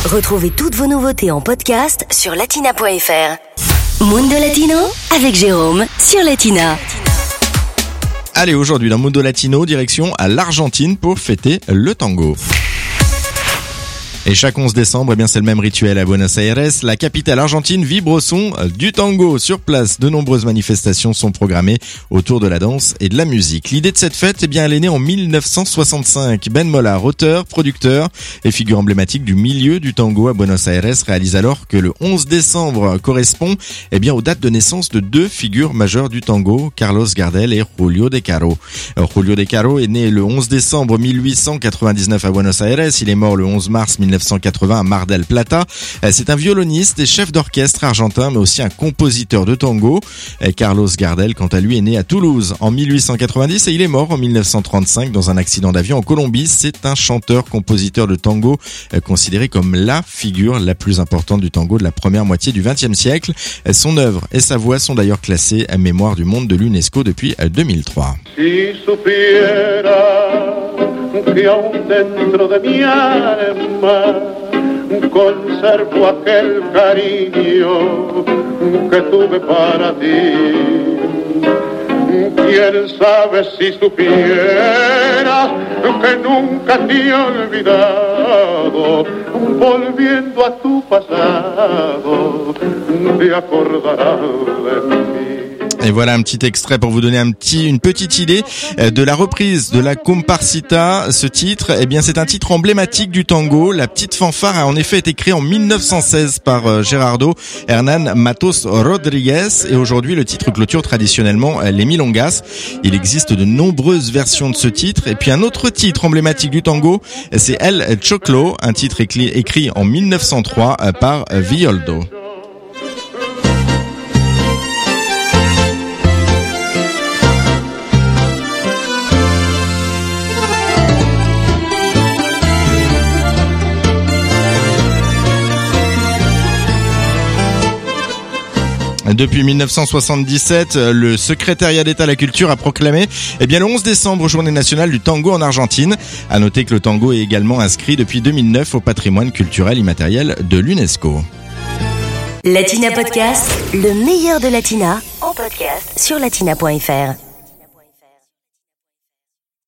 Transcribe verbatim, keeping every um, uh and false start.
Retrouvez toutes vos nouveautés en podcast sur latina point f r. Mundo Latino avec Jérôme sur Latina. Allez, aujourd'hui dans Mundo Latino, direction à l'Argentine pour fêter le tango. Et chaque onze décembre, eh bien, c'est le même rituel à Buenos Aires. La capitale argentine vibre au son du tango. Sur place, de nombreuses manifestations sont programmées autour de la danse et de la musique. L'idée de cette fête, eh bien, elle est née en mille neuf cent soixante-cinq. Ben Molar, auteur, producteur et figure emblématique du milieu du tango à Buenos Aires, réalise alors que le onze décembre correspond, eh bien, aux dates de naissance de deux figures majeures du tango, Carlos Gardel et Julio De Caro. Alors, Julio De Caro est né le onze décembre mille huit cent quatre-vingt-dix-neuf à Buenos Aires. Il est mort le onze mars mille neuf cent quatre-vingts à Mar del Plata. C'est un violoniste et chef d'orchestre argentin, mais aussi un compositeur de tango. Carlos Gardel, quant à lui, est né à Toulouse en mille huit cent quatre-vingt-dix et il est mort en mille neuf cent trente-cinq dans un accident d'avion en Colombie. C'est un chanteur-compositeur de tango considéré comme la figure la plus importante du tango de la première moitié du vingtième siècle. Son œuvre et sa voix sont d'ailleurs classées à Mémoire du monde de l'UNESCO depuis deux mille trois. Si que aún dentro de mi alma conservo aquel cariño que tuve para ti. Quién sabe si supieras que nunca te he olvidado, volviendo a tu pasado te acordarás de mí. Et voilà un petit extrait pour vous donner un petit, une petite idée de la reprise de la Comparsita. Ce titre, eh bien, c'est un titre emblématique du tango. La petite fanfare a en effet été créée en mille neuf cent seize par Gerardo Hernán Matos Rodriguez. Et aujourd'hui, le titre clôture traditionnellement les milongas. Il existe de nombreuses versions de ce titre. Et puis un autre titre emblématique du tango, c'est El Choclo, un titre écrit en mille neuf cent trois par Villoldo. Depuis mille neuf cent soixante-dix-sept, le secrétariat d'État à la culture a proclamé eh bien, le onze décembre journée nationale du tango en Argentine. À noter que le tango est également inscrit depuis deux mille neuf au patrimoine culturel immatériel de l'UNESCO. Latina Podcast, le meilleur de Latina, en podcast sur latina point f r.